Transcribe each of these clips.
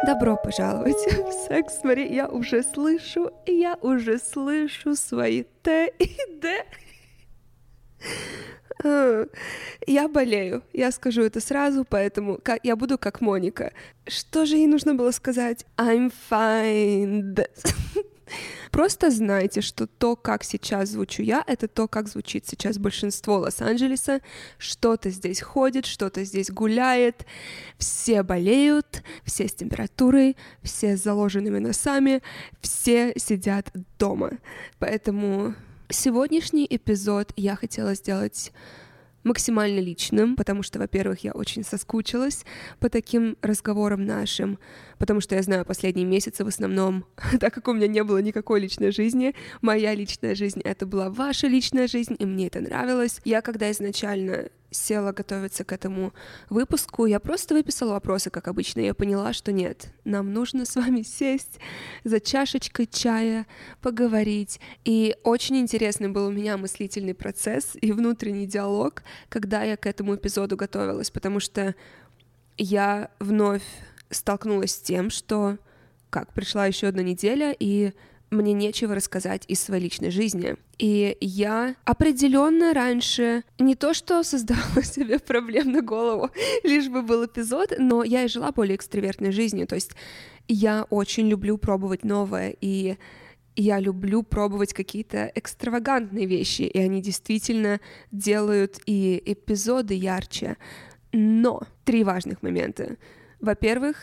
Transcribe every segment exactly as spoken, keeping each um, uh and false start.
Добро пожаловать в секс. Смотри, я уже слышу, я уже слышу свои Т и Д. Я болею, я скажу это сразу, поэтому я буду как Моника. Что же ей нужно было сказать? I'm fine. Просто знайте, что то, как сейчас звучу я, это то, как звучит сейчас большинство Лос-Анджелеса. Что-то здесь ходит, что-то здесь гуляет, все болеют, все с температурой, все с заложенными носами, все сидят дома. Поэтому сегодняшний эпизод я хотела сделать максимально личным, потому что, во-первых, я очень соскучилась по таким разговорам нашим, потому что я знаю, последние месяцы в основном, так как у меня не было никакой личной жизни, моя личная жизнь — это была ваша личная жизнь, и мне это нравилось. Я, когда изначально села готовиться к этому выпуску, я просто выписала вопросы, как обычно, и я поняла, что нет, нам нужно с вами сесть за чашечкой чая, поговорить. И очень интересный был у меня мыслительный процесс и внутренний диалог, когда я к этому эпизоду готовилась, потому что я вновь столкнулась с тем, что как пришла еще одна неделя, и мне нечего рассказать из своей личной жизни. И я определенно раньше не то что создавала себе проблем на голову, лишь бы был эпизод, но я и жила более экстравертной жизнью. То есть я очень люблю пробовать новое, и я люблю пробовать какие-то экстравагантные вещи, и они действительно делают и эпизоды ярче. Но три важных момента. Во-первых,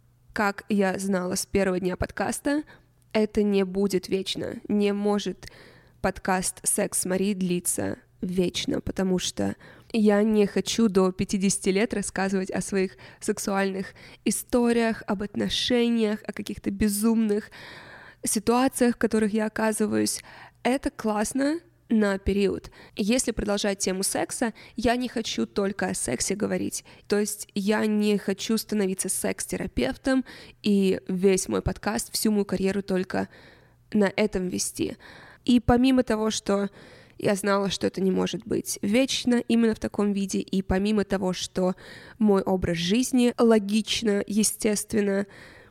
как я знала с первого дня подкаста, это не будет вечно, не может подкаст «Секс с Мари» длиться вечно, потому что я не хочу до пятидесяти лет рассказывать о своих сексуальных историях, об отношениях, о каких-то безумных ситуациях, в которых я оказываюсь. Это классно на период. Если продолжать тему секса, я не хочу только о сексе говорить. То есть я не хочу становиться секс-терапевтом и весь мой подкаст, всю мою карьеру только на этом вести. И помимо того, что я знала, что это не может быть вечно именно в таком виде, и помимо того, что мой образ жизни логично, естественно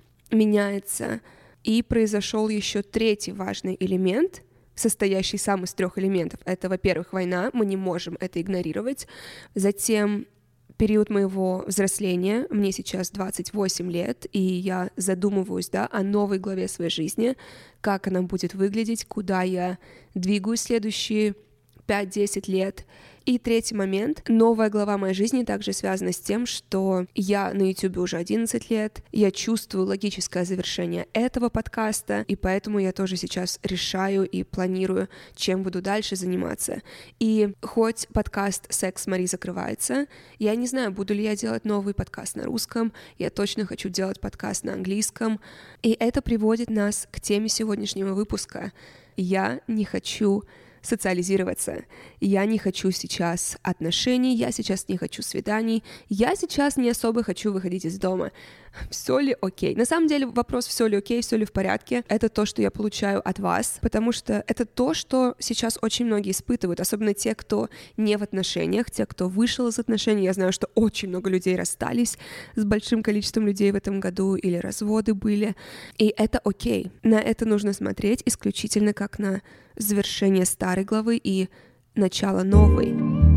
меняется, и произошел еще третий важный элемент, состоящий сам из трех элементов. Это, во-первых, война, мы не можем это игнорировать. Затем период моего взросления, мне сейчас двадцать восемь лет, и я задумываюсь, да, о новой главе своей жизни, как она будет выглядеть, куда я двигаюсь следующие пять-десять лет. И третий момент. Новая глава моей жизни также связана с тем, что я на YouTube уже одиннадцать лет, я чувствую логическое завершение этого подкаста, и поэтому я тоже сейчас решаю и планирую, чем буду дальше заниматься. И хоть подкаст «Секс с Мари» закрывается, я не знаю, буду ли я делать новый подкаст на русском, я точно хочу делать подкаст на английском, и это приводит нас к теме сегодняшнего выпуска. Я не хочу социализироваться. Я не хочу сейчас отношений, я сейчас не хочу свиданий, я сейчас не особо хочу выходить из дома. Все ли окей? На самом деле вопрос, все ли окей, все ли в порядке, это то, что я получаю от вас, потому что это то, что сейчас очень многие испытывают, особенно те, кто не в отношениях, те, кто вышел из отношений. Я знаю, что очень много людей расстались с большим количеством людей в этом году, или разводы были, и это окей. На это нужно смотреть исключительно как на завершение старой главы и начало новой.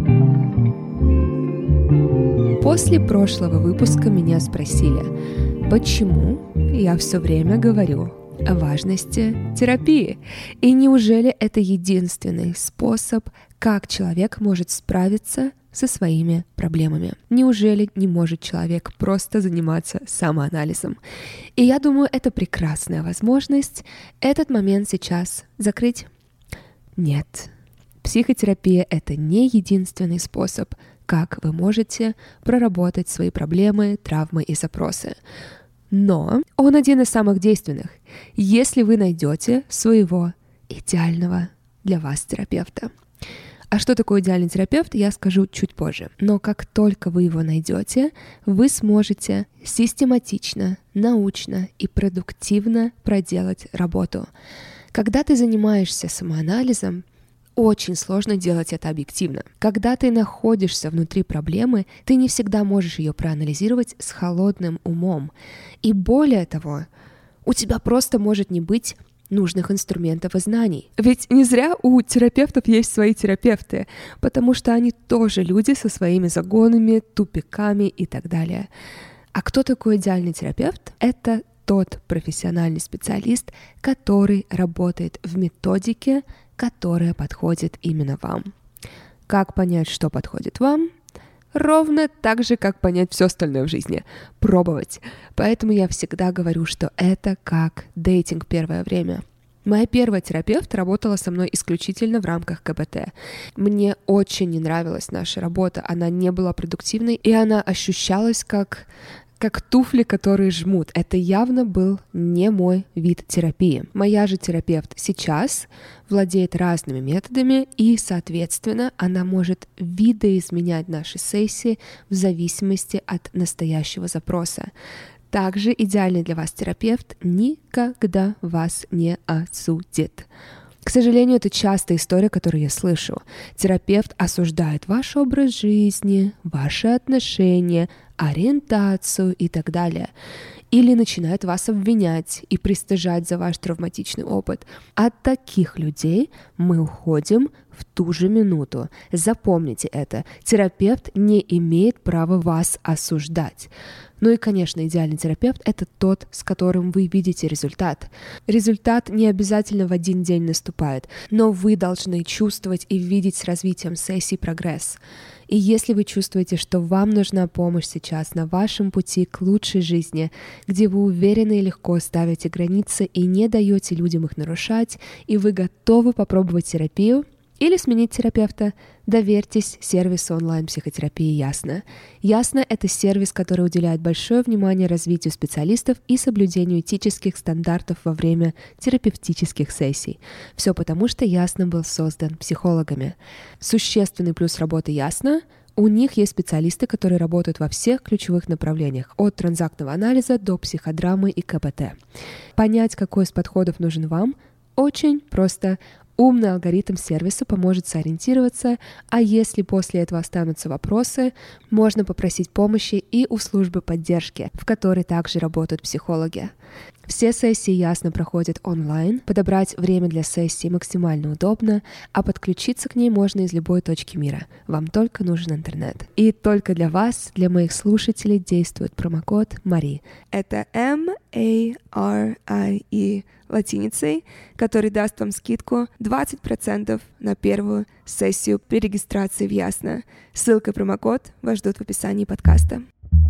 После прошлого выпуска меня спросили, почему я все время говорю о важности терапии, и неужели это единственный способ, как человек может справиться со своими проблемами? Неужели не может человек просто заниматься самоанализом? И я думаю, это прекрасная возможность этот момент сейчас закрыть. Нет, психотерапия — это не единственный способ, как вы можете проработать свои проблемы, травмы и запросы. Но он один из самых действенных, если вы найдете своего идеального для вас терапевта. А что такое идеальный терапевт, я скажу чуть позже. Но как только вы его найдете, вы сможете систематично, научно и продуктивно проделать работу. Когда ты занимаешься самоанализом, очень сложно делать это объективно. Когда ты находишься внутри проблемы, ты не всегда можешь ее проанализировать с холодным умом. И более того, у тебя просто может не быть нужных инструментов и знаний. Ведь не зря у терапевтов есть свои терапевты, потому что они тоже люди со своими загонами, тупиками и так далее. А кто такой идеальный терапевт? Это тот профессиональный специалист, который работает в методике, которая подходит именно вам. Как понять, что подходит вам? Ровно так же, как понять все остальное в жизни. Пробовать. Поэтому я всегда говорю, что это как дейтинг первое время. Моя первая терапевт работала со мной исключительно в рамках ка бэ тэ. Мне очень не нравилась наша работа, она не была продуктивной, и она ощущалась как... как туфли, которые жмут. Это явно был не мой вид терапии. Моя же терапевт сейчас владеет разными методами, и, соответственно, она может видоизменять наши сессии в зависимости от настоящего запроса. Также идеальный для вас терапевт никогда вас не осудит. К сожалению, это частая история, которую я слышу. Терапевт осуждает ваш образ жизни, ваши отношения, ориентацию и так далее. Или начинает вас обвинять и пристыжать за ваш травматичный опыт. От таких людей мы уходим в ту же минуту. Запомните это. Терапевт не имеет права вас осуждать. Ну и, конечно, идеальный терапевт — это тот, с которым вы видите результат. Результат не обязательно в один день наступает, но вы должны чувствовать и видеть с развитием сессий прогресс. И если вы чувствуете, что вам нужна помощь сейчас на вашем пути к лучшей жизни, где вы уверенно и легко ставите границы и не даете людям их нарушать, и вы готовы попробовать терапию, или сменить терапевта, доверьтесь сервису онлайн-психотерапии «Ясно». «Ясно» — это сервис, который уделяет большое внимание развитию специалистов и соблюдению этических стандартов во время терапевтических сессий. Все потому, что «Ясно» был создан психологами. Существенный плюс работы «Ясно» — у них есть специалисты, которые работают во всех ключевых направлениях, от транзактного анализа до психодрамы и ка бэ тэ. Понять, какой из подходов нужен вам, очень просто. Умный алгоритм сервиса поможет сориентироваться, а если после этого останутся вопросы, можно попросить помощи и у службы поддержки, в которой также работают психологи. Все сессии «Ясно» проходят онлайн, подобрать время для сессии максимально удобно, а подключиться к ней можно из любой точки мира. Вам только нужен интернет. И только для вас, для моих слушателей, действует промокод МАРИ. Это эм эй ар ай и латиницей, который даст вам скидку двадцать процентов на первую сессию при регистрации в «Ясно». Ссылка и промокод вас ждут в описании подкаста.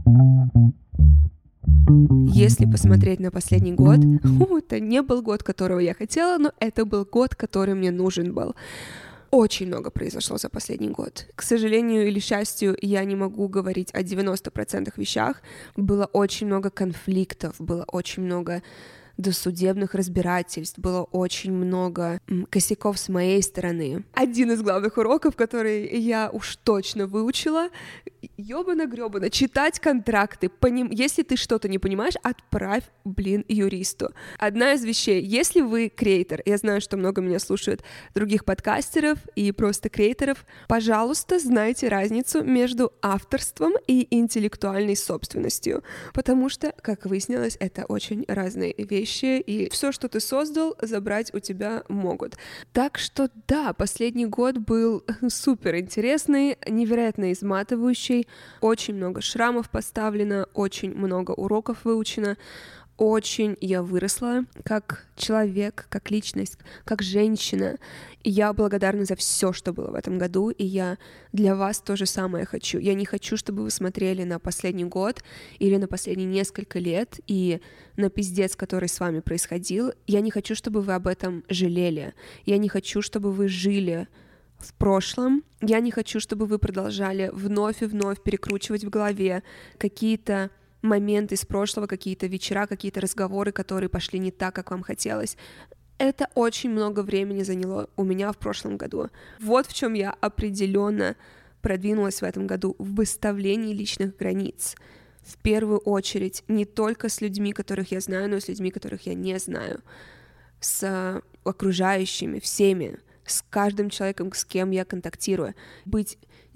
Если посмотреть на последний год, о, это не был год, которого я хотела, но это был год, который мне нужен был. Очень много произошло за последний год. К сожалению или счастью, я не могу говорить о девяноста процентах вещах. Было очень много конфликтов, было очень много досудебных разбирательств, было очень много м, косяков с моей стороны. Один из главных уроков, который я уж точно выучила, ёбано-грёбано, читать контракты. Поним... Если ты что-то не понимаешь, отправь, блин, юристу. Одна из вещей, если вы креатор, я знаю, что много меня слушают других подкастеров и просто креаторов, пожалуйста, знайте разницу между авторством и интеллектуальной собственностью, потому что, как выяснилось, это очень разные вещи, и все, что ты создал, забрать у тебя могут. Так что да, последний год был супер интересный, невероятно изматывающий, очень много шрамов поставлено, очень много уроков выучено, очень я выросла как человек, как личность, как женщина. И я благодарна за все, что было в этом году, и я для вас то же самое хочу. Я не хочу, чтобы вы смотрели на последний год или на последние несколько лет и на пиздец, который с вами происходил. Я не хочу, чтобы вы об этом жалели. Я не хочу, чтобы вы жили в прошлом. Я не хочу, чтобы вы продолжали вновь и вновь перекручивать в голове какие-то моменты из прошлого, какие-то вечера, какие-то разговоры, которые пошли не так, как вам хотелось. Это очень много времени заняло у меня в прошлом году. Вот в чем я определенно продвинулась в этом году, в выставлении личных границ. В первую очередь не только с людьми, которых я знаю, но и с людьми, которых я не знаю. С окружающими, всеми. с каждым человеком, с кем я контактирую. Быть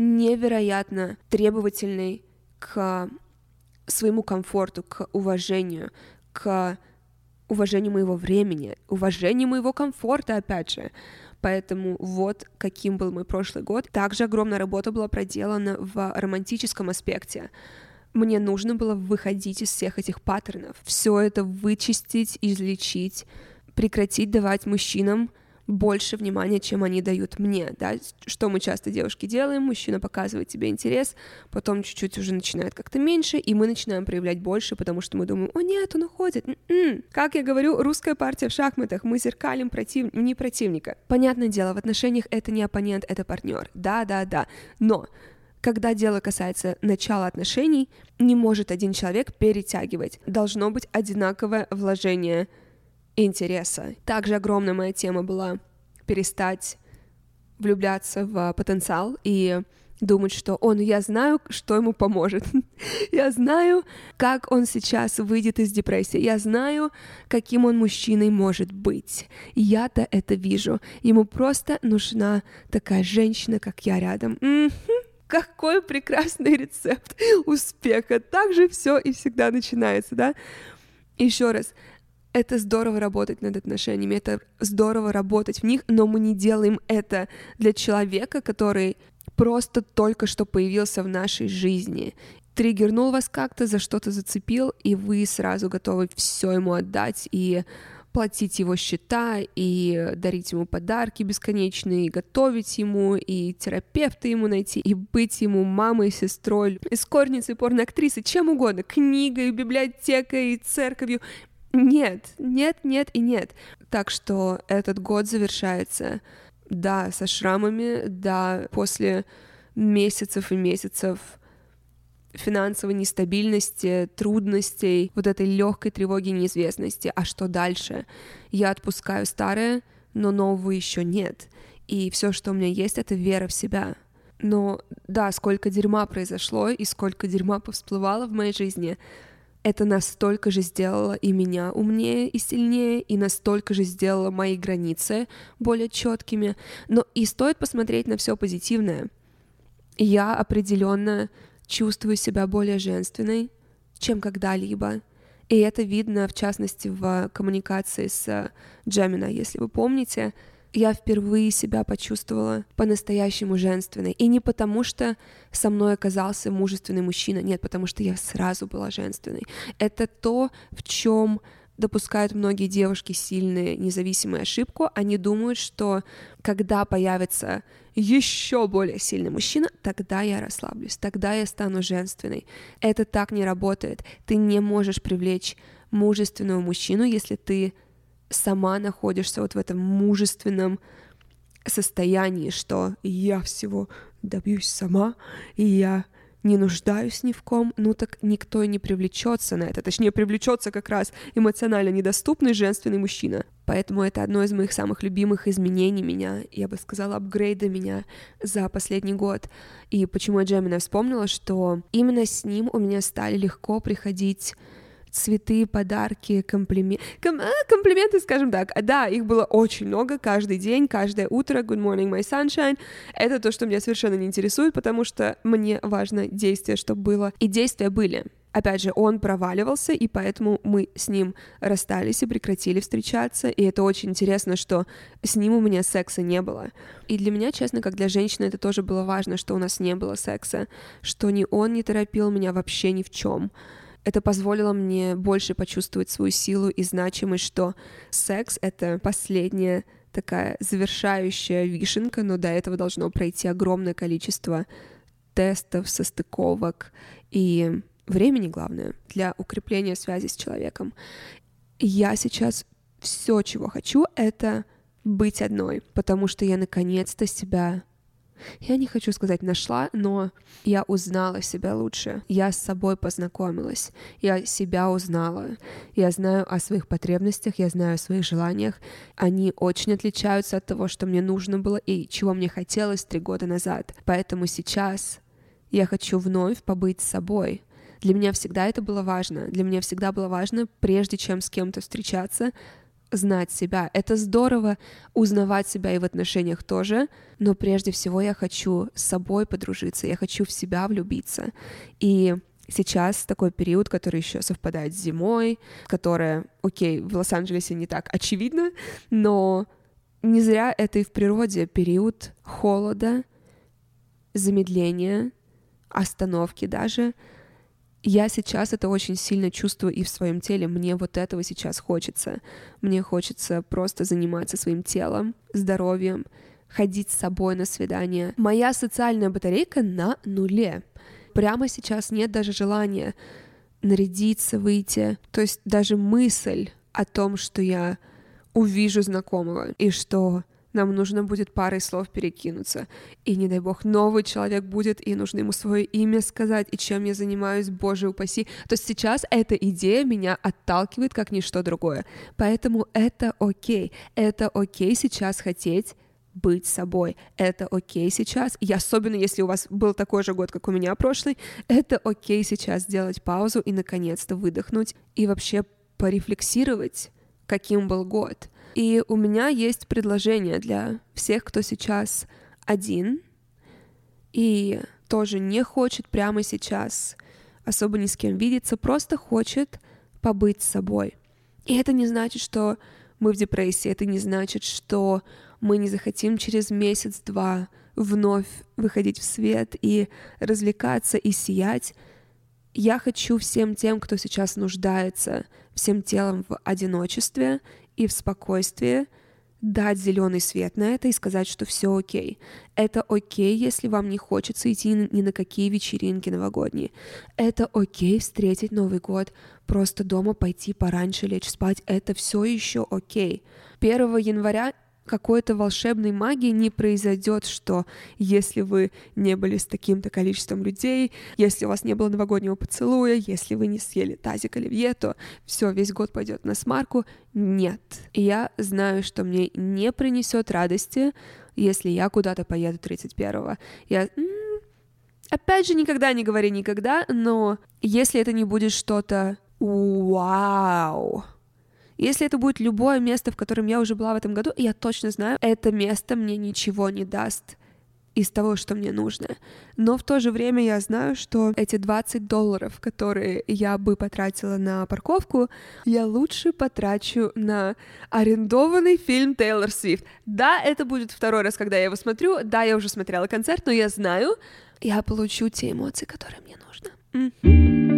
невероятно требовательной к своему комфорту, к уважению, к уважению моего времени, уважению моего комфорта, опять же. Поэтому вот каким был мой прошлый год. Также огромная работа была проделана в романтическом аспекте. Мне нужно было выходить из всех этих паттернов, все это вычистить, излечить, прекратить давать мужчинам больше внимания, чем они дают мне, да, что мы часто, девушки, делаем, мужчина показывает тебе интерес, потом чуть-чуть уже начинает как-то меньше, и мы начинаем проявлять больше, потому что мы думаем, о нет, он уходит. М-м. Как я говорю, русская партия в шахматах, мы зеркалим против... не противника. Понятное дело, в отношениях это не оппонент, это партнер, да-да-да, но когда дело касается начала отношений, не может один человек перетягивать, должно быть одинаковое вложение интереса. Также огромная моя тема была перестать влюбляться в потенциал и думать, что он, я знаю, что ему поможет. Я знаю, как он сейчас выйдет из депрессии. Я знаю, каким он мужчиной может быть. Я-то это вижу. Ему просто нужна такая женщина, как я рядом. М-м-м. Какой прекрасный рецепт успеха. Так же все и всегда начинается, да? Еще раз. Это здорово работать над отношениями, это здорово работать в них, но мы не делаем это для человека, который просто только что появился в нашей жизни. Триггернул вас как-то, за что-то зацепил, и вы сразу готовы все ему отдать и платить его счета, и дарить ему подарки бесконечные, и готовить ему, и терапевта ему найти, и быть ему мамой, сестрой, эскортницей, порноактрисой, чем угодно, книгой, библиотекой, церковью. Нет, нет, нет и нет. Так что этот год завершается, да, со шрамами, да, после месяцев и месяцев финансовой нестабильности, трудностей, вот этой легкой тревоги неизвестности. А что дальше? Я отпускаю старое, но нового еще нет. И все, что у меня есть, это вера в себя. Но да, сколько дерьма произошло и сколько дерьма повсплывало в моей жизни, это настолько же сделало и меня умнее и сильнее, и настолько же сделало мои границы более четкими. Но и стоит посмотреть на все позитивное. Я определенно чувствую себя более женственной, чем когда-либо. И это видно, в частности, в коммуникации с Gemini. Если вы помните, я впервые себя почувствовала по-настоящему женственной. И не потому, что со мной оказался мужественный мужчина, нет, потому что я сразу была женственной. Это то, в чем допускают многие девушки сильные, независимые ошибку. Они думают, что когда появится еще более сильный мужчина, тогда я расслаблюсь, тогда я стану женственной. Это так не работает. Ты не можешь привлечь мужественного мужчину, если ты сама находишься вот в этом мужественном состоянии, что я всего добьюсь сама, и я не нуждаюсь ни в ком, ну так никто и не привлечется на это. Точнее, привлечется как раз эмоционально недоступный женственный мужчина. Поэтому это одно из моих самых любимых изменений меня, я бы сказала, апгрейда меня за последний год. И почему я Gemini вспомнила, что именно с ним у меня стали легко приходить цветы, подарки, комплименты, Ком... а, комплименты, скажем так. Да, их было очень много каждый день, каждое утро. Good morning, my sunshine. Это то, что меня совершенно не интересует, потому что мне важно действие, чтобы было. И действия были. Опять же, он проваливался, и поэтому мы с ним расстались и прекратили встречаться. И это очень интересно, что с ним у меня секса не было. И для меня, честно, как для женщины, это тоже было важно, что у нас не было секса, что ни он не торопил меня вообще ни в чем. Это позволило мне больше почувствовать свою силу и значимость, что секс — это последняя такая завершающая вишенка, но до этого должно пройти огромное количество тестов, состыковок и времени, главное, для укрепления связи с человеком. Я сейчас все, чего хочу, это быть одной, потому что я наконец-то себя... Я не хочу сказать нашла, но я узнала себя лучше. Я с собой познакомилась. Я себя узнала. Я знаю о своих потребностях, я знаю о своих желаниях. Они очень отличаются от того, что мне нужно было и чего мне хотелось три года назад. Поэтому сейчас я хочу вновь побыть с собой. Для меня всегда это было важно. Для меня всегда было важно, прежде чем с кем-то встречаться, знать себя. Это здорово узнавать себя и в отношениях тоже, но прежде всего я хочу с собой подружиться, я хочу в себя влюбиться. И сейчас такой период, который еще совпадает с зимой, которая, окей, в Лос-Анджелесе не так очевидно, но не зря это и в природе период холода, замедления, остановки даже. Я сейчас это очень сильно чувствую и в своем теле. Мне вот этого сейчас хочется. Мне хочется просто заниматься своим телом, здоровьем, ходить с собой на свидания. Моя социальная батарейка на нуле. Прямо сейчас нет даже желания нарядиться, выйти. То есть даже мысль о том, что я увижу знакомого и что нам нужно будет парой слов перекинуться, и, не дай бог, новый человек будет, и нужно ему свое имя сказать, и чем я занимаюсь, боже упаси. То есть сейчас эта идея меня отталкивает, как ничто другое. Поэтому это окей. Это окей сейчас хотеть быть собой. Это окей сейчас. И особенно, если у вас был такой же год, как у меня прошлый, это окей сейчас сделать паузу и, наконец-то, выдохнуть и вообще порефлексировать, каким был год. И у меня есть предложение для всех, кто сейчас один и тоже не хочет прямо сейчас особо ни с кем видеться, просто хочет побыть с собой. И это не значит, что мы в депрессии, это не значит, что мы не захотим через месяц-два вновь выходить в свет и развлекаться, и сиять. Я хочу всем тем, кто сейчас нуждается всем телом в одиночестве и в спокойствии, дать зеленый свет на это и сказать, что все окей. Это окей, если вам не хочется идти ни на какие вечеринки новогодние. Это окей встретить Новый год, просто дома пойти пораньше лечь спать. Это все еще окей. первого января какой-то волшебной магии не произойдет, что если вы не были с таким-то количеством людей, если у вас не было новогоднего поцелуя, если вы не съели тазик оливье, то все, весь год пойдет на смарку. Нет. И я знаю, что мне не принесет радости, если я куда-то поеду тридцать первого. Я... М-м, опять же, никогда не говори никогда, но если это не будет что-то вау... Если это будет любое место, в котором я уже была в этом году, я точно знаю, это место мне ничего не даст из того, что мне нужно. Но в то же время я знаю, что эти двадцать долларов, которые я бы потратила на парковку, я лучше потрачу на арендованный фильм Тейлор Свифт. Да, это будет второй раз, когда я его смотрю. Да, я уже смотрела концерт, но я знаю, я получу те эмоции, которые мне нужны. Mm-hmm.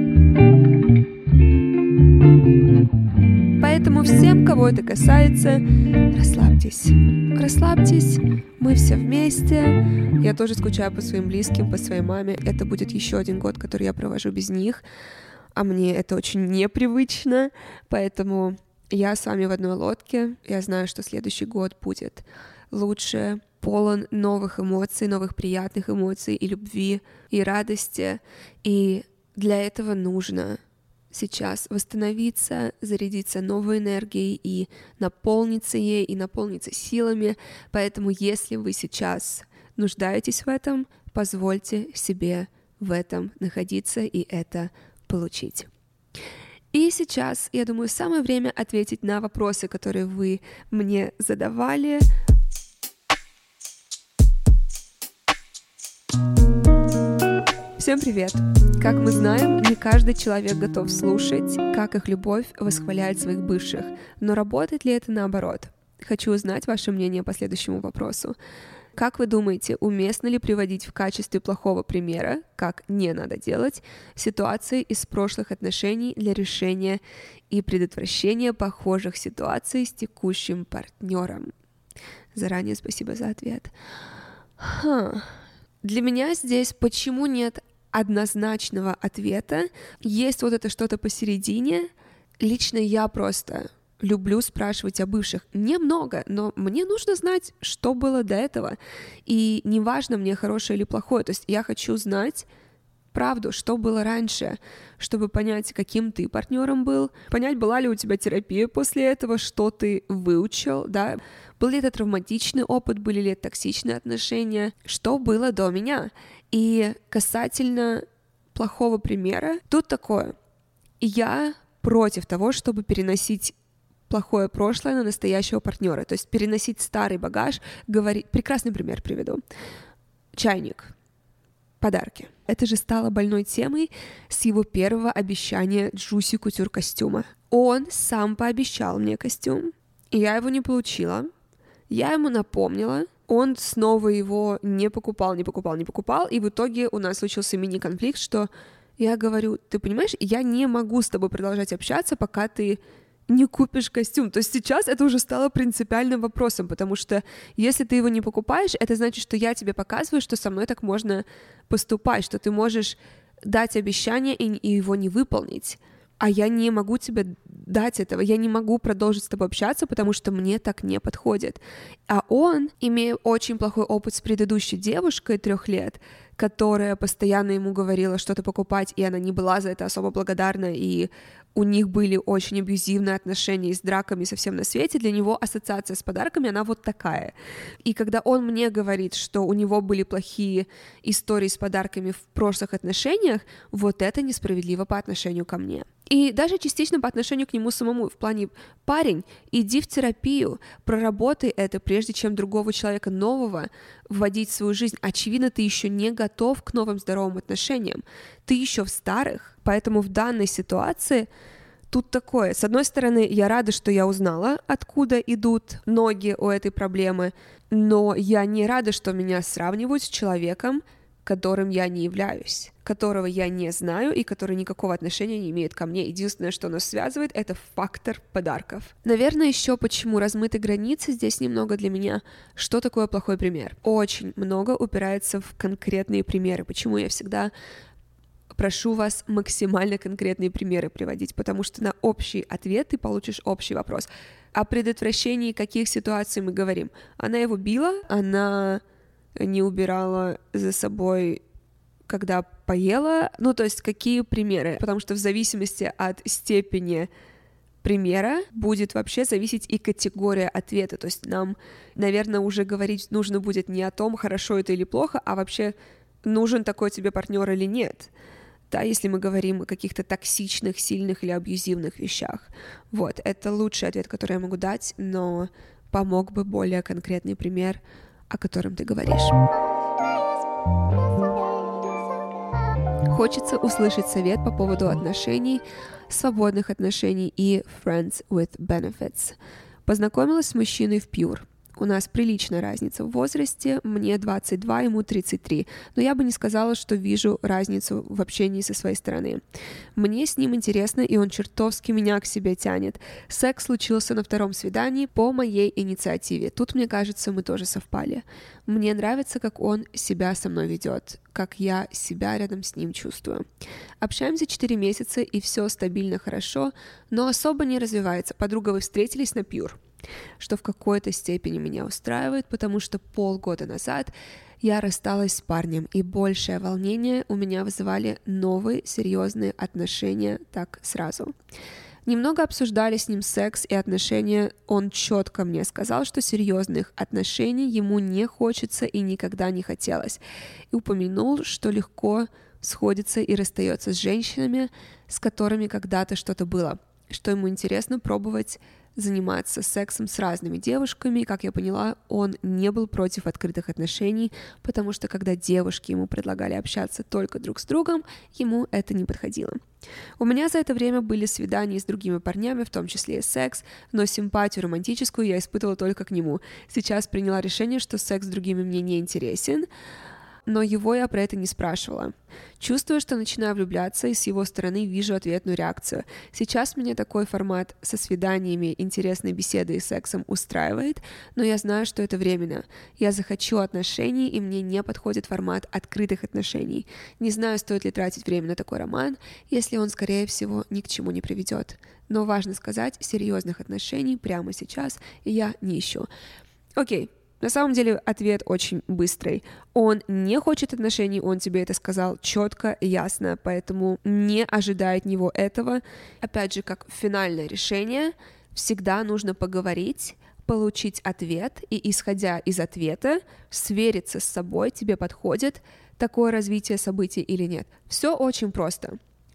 Поэтому всем, кого это касается, расслабьтесь. Расслабьтесь, мы все вместе. Я тоже скучаю по своим близким, по своей маме. Это будет еще один год, который я провожу без них, а мне это очень непривычно. Поэтому я с вами в одной лодке. Я знаю, что следующий год будет лучше, полон новых эмоций, новых приятных эмоций и любви, и радости. И для этого нужно сейчас восстановиться, зарядиться новой энергией и наполниться ей, и наполниться силами. Поэтому если вы сейчас нуждаетесь в этом, позвольте себе в этом находиться и это получить. И сейчас, я думаю, самое время ответить на вопросы, которые вы мне задавали. Всем привет! Как мы знаем, не каждый человек готов слушать, как их любовь восхваляет своих бывших. Но работает ли это наоборот? Хочу узнать ваше мнение по следующему вопросу. Как вы думаете, уместно ли приводить в качестве плохого примера, как не надо делать, ситуации из прошлых отношений для решения и предотвращения похожих ситуаций с текущим партнером? Заранее спасибо за ответ. Ха. Для меня здесь почему нет однозначного ответа. Есть вот это что-то посередине. Лично я просто люблю спрашивать о бывших. Немного, но мне нужно знать, что было до этого. И неважно мне, хорошее или плохое. То есть я хочу знать правду, что было раньше, чтобы понять, каким ты партнером был, понять, была ли у тебя терапия после этого, что ты выучил, да, был ли это травматичный опыт, были ли это токсичные отношения, что было до меня. И касательно плохого примера, тут такое. Я против того, чтобы переносить плохое прошлое на настоящего партнера. То есть переносить старый багаж, говорить... Прекрасный пример приведу. Чайник. Подарки. Это же стало больной темой с его первого обещания Juicy Couture костюма. Он сам пообещал мне костюм, и я его не получила. Я ему напомнила, он снова его не покупал, не покупал, не покупал, и в итоге у нас случился мини-конфликт, что я говорю, ты понимаешь, я не могу с тобой продолжать общаться, пока ты не купишь костюм. То есть сейчас это уже стало принципиальным вопросом, потому что если ты его не покупаешь, это значит, что я тебе показываю, что со мной так можно поступать, что ты можешь дать обещание и, и его не выполнить. А я не могу тебе дать этого, я не могу продолжить с тобой общаться, потому что мне так не подходит. А он, имея очень плохой опыт с предыдущей девушкой трех лет, которая постоянно ему говорила что-то покупать, и она не была за это особо благодарна, и у них были очень абьюзивные отношения и с драками совсем на свете, для него ассоциация с подарками, она вот такая. И когда он мне говорит, что у него были плохие истории с подарками в прошлых отношениях, вот это несправедливо по отношению ко мне. И даже частично по отношению к нему самому, в плане «парень, иди в терапию, проработай это, прежде чем другого человека нового вводить в свою жизнь. Очевидно, ты еще не готов к новым здоровым отношениям, ты еще в старых». Поэтому в данной ситуации тут такое. С одной стороны, я рада, что я узнала, откуда идут ноги у этой проблемы, но я не рада, что меня сравнивают с человеком, которым я не являюсь, которого я не знаю и который никакого отношения не имеет ко мне. Единственное, что нас связывает, это фактор подарков. Наверное, еще почему размыты границы здесь немного для меня. Что такое плохой пример? Очень много упирается в конкретные примеры. Почему я всегда прошу вас максимально конкретные примеры приводить, потому что на общий ответ ты получишь общий вопрос. О предотвращении каких ситуаций мы говорим? Она его била, она не убирала за собой, когда поела. Ну, то есть какие примеры? Потому что в зависимости от степени примера будет вообще зависеть и категория ответа. То есть нам, наверное, уже говорить нужно будет не о том, хорошо это или плохо, а вообще нужен такой тебе партнер или нет. Да, если мы говорим о каких-то токсичных, сильных или абьюзивных вещах. Вот, это лучший ответ, который я могу дать, но помог бы более конкретный пример, о котором ты говоришь. Хочется услышать совет по поводу отношений, свободных отношений и friends with benefits. Познакомилась с мужчиной в Pure. У нас приличная разница в возрасте, мне двадцать два, ему тридцать три, но я бы не сказала, что вижу разницу в общении со своей стороны. Мне с ним интересно, и он чертовски меня к себе тянет. Секс случился на втором свидании по моей инициативе. Тут, мне кажется, мы тоже совпали. Мне нравится, как он себя со мной ведет, как я себя рядом с ним чувствую. Общаемся четыре месяца, и все стабильно хорошо, но особо не развивается. Подруга, вы встретились на Pure, что в какой-то степени меня устраивает, потому что полгода назад я рассталась с парнем, и большее волнение у меня вызывали новые серьезные отношения так сразу. Немного обсуждали с ним секс и отношения, он четко мне сказал, что серьезных отношений ему не хочется и никогда не хотелось, и упомянул, что легко сходится и расстается с женщинами, с которыми когда-то что-то было, что ему интересно пробовать заниматься сексом с разными девушками. Как я поняла, он не был против открытых отношений, потому что когда девушки ему предлагали общаться только друг с другом, ему это не подходило. У меня за это время были свидания с другими парнями, в том числе и секс, но симпатию романтическую я испытывала только к нему. Сейчас приняла решение, что секс с другими мне не интересен, но его я про это не спрашивала. Чувствую, что начинаю влюбляться, и с его стороны вижу ответную реакцию. Сейчас меня такой формат со свиданиями, интересной беседой и сексом устраивает, но я знаю, что это временно. Я захочу отношений, и мне не подходит формат открытых отношений. Не знаю, стоит ли тратить время на такой роман, если он, скорее всего, ни к чему не приведет. Но важно сказать, серьезных отношений прямо сейчас я не ищу. Окей. На самом деле ответ очень быстрый. Он не хочет отношений, он тебе это сказал четко, ясно, поэтому не ожидай от него этого. Опять же, как финальное решение, всегда нужно поговорить, получить ответ, и, исходя из ответа, свериться с собой, тебе подходит такое развитие событий или нет. Все очень просто.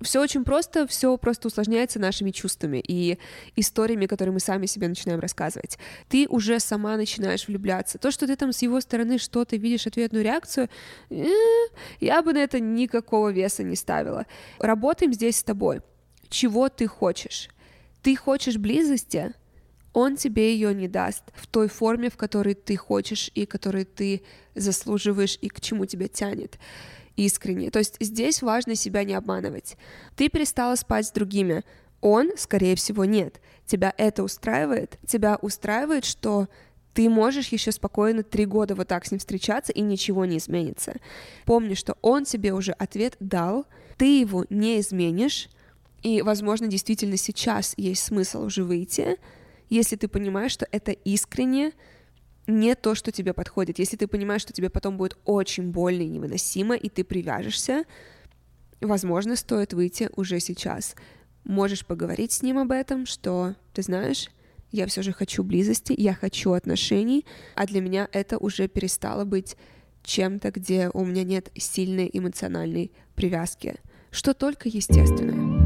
Все очень просто, все просто усложняется нашими чувствами и историями, которые мы сами себе начинаем рассказывать. Ты уже сама начинаешь влюбляться. То, что ты там с его стороны что-то видишь, ответную реакцию, э, я бы на это никакого веса не ставила. Работаем здесь с тобой. Чего ты хочешь? Ты хочешь близости? Он тебе ее не даст в той форме, в которой ты хочешь и которой ты заслуживаешь и к чему тебя тянет. Искренне. То есть здесь важно себя не обманывать. Ты перестала спать с другими. Он, скорее всего, нет. Тебя это устраивает? Тебя устраивает, что ты можешь еще спокойно три года вот так с ним встречаться, и ничего не изменится. Помни, что он тебе уже ответ дал, ты его не изменишь, и, возможно, действительно сейчас есть смысл уже выйти, если ты понимаешь, что это искренне не то, что тебе подходит. Если ты понимаешь, что тебе потом будет очень больно и невыносимо, и ты привяжешься, возможно, стоит выйти уже сейчас. Можешь поговорить с ним об этом, что, ты знаешь, я все же хочу близости, я хочу отношений, а для меня это уже перестало быть чем-то, где у меня нет сильной эмоциональной привязки, что только естественное.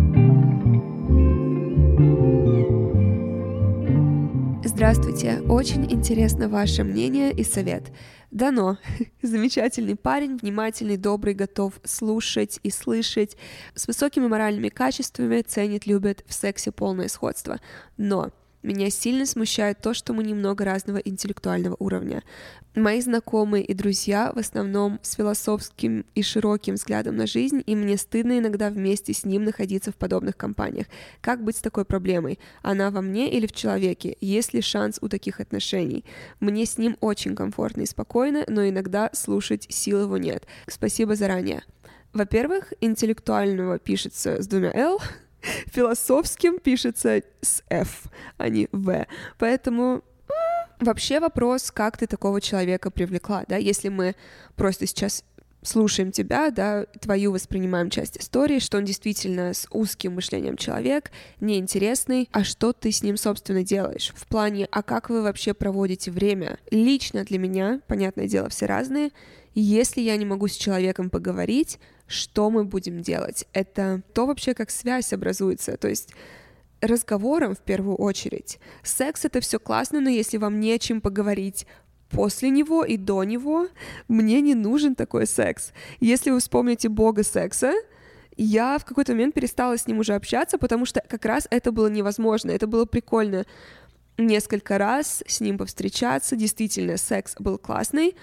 Здравствуйте, очень интересно ваше мнение и совет. Дано. Замечательный парень, внимательный, добрый, готов слушать и слышать, с высокими моральными качествами, ценит, любит, в сексе полное сходство. Но меня сильно смущает то, что мы немного разного интеллектуального уровня. Мои знакомые и друзья в основном с философским и широким взглядом на жизнь, и мне стыдно иногда вместе с ним находиться в подобных компаниях. Как быть с такой проблемой? Она во мне или в человеке? Есть ли шанс у таких отношений? Мне с ним очень комфортно и спокойно, но иногда слушать сил его нет. Спасибо заранее. Во-первых, интеллектуального пишется с двумя «л», философским пишется с F, а не V. Поэтому вообще вопрос, как ты такого человека привлекла, да, если мы просто сейчас слушаем тебя, да, твою воспринимаем часть истории, что он действительно с узким мышлением человек, неинтересный, а что ты с ним, собственно, делаешь? В плане, а как вы вообще проводите время? Лично для меня, понятное дело, все разные, если я не могу с человеком поговорить, что мы будем делать? Это то вообще, как связь образуется, то есть разговором в первую очередь. Секс — это все классно, но если вам не о чем поговорить после него и до него, мне не нужен такой секс. Если вы вспомните бога секса, я в какой-то момент перестала с ним уже общаться, потому что как раз это было невозможно, это было прикольно несколько раз с ним повстречаться, действительно, секс был классный,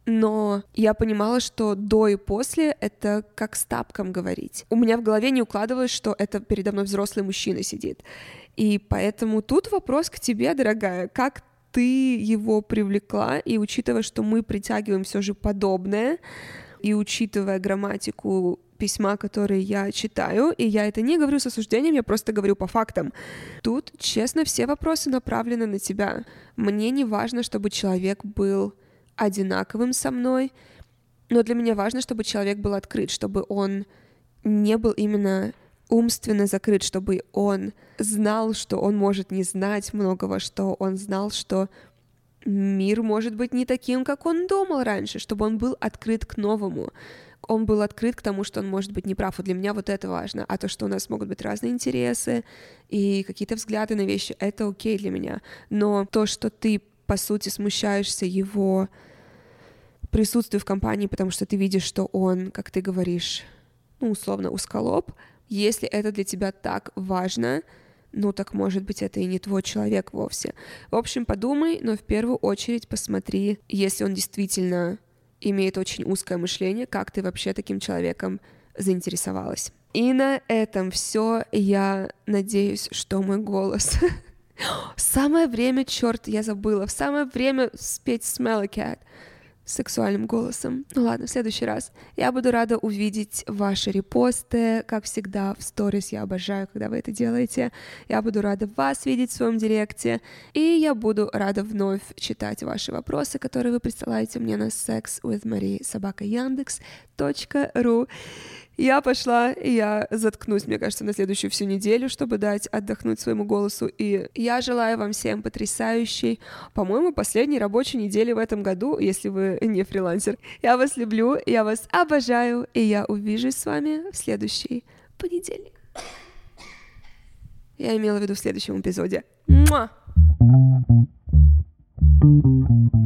но я понимала, что до и после — это как с тапком говорить. У меня в голове не укладывалось, что это передо мной взрослый мужчина сидит. И поэтому тут вопрос к тебе, дорогая, как ты его привлекла, и учитывая, что мы притягиваем все же подобное, и учитывая грамматику письма, которые я читаю, и я это не говорю с осуждением, я просто говорю по фактам. Тут, честно, все вопросы направлены на тебя. Мне не важно, чтобы человек был одинаковым со мной, но для меня важно, чтобы человек был открыт, чтобы он не был именно умственно закрыт, чтобы он знал, что он может не знать многого, что он знал, что мир может быть не таким, как он думал раньше, чтобы он был открыт к новому, он был открыт к тому, что он может быть неправ, и для меня вот это важно, а то, что у нас могут быть разные интересы и какие-то взгляды на вещи, это окей для меня, но то, что ты, по сути, смущаешься его присутствию в компании, потому что ты видишь, что он, как ты говоришь, ну, условно, узколоб, если это для тебя так важно, ну, так, может быть, это и не твой человек вовсе. В общем, подумай, но в первую очередь посмотри, если он действительно имеет очень узкое мышление, как ты вообще таким человеком заинтересовалась. И на этом все. Я надеюсь, что мой голос... Самое время, черт, я забыла, в самое время спеть Smelly Cat с сексуальным голосом. Ну ладно, в следующий раз. Я буду рада увидеть ваши репосты, как всегда, в сторис. Я обожаю, когда вы это делаете. Я буду рада вас видеть в своем директе. И я буду рада вновь читать ваши вопросы, которые вы присылаете мне на секс with marie собака яндекс точка ру. Я пошла, и я заткнусь, мне кажется, на следующую всю неделю, чтобы дать отдохнуть своему голосу. И я желаю вам всем потрясающей, по-моему, последней рабочей недели в этом году, если вы не фрилансер. Я вас люблю, я вас обожаю, и я увижусь с вами в следующий понедельник. Я имела в виду в следующем эпизоде. Муа!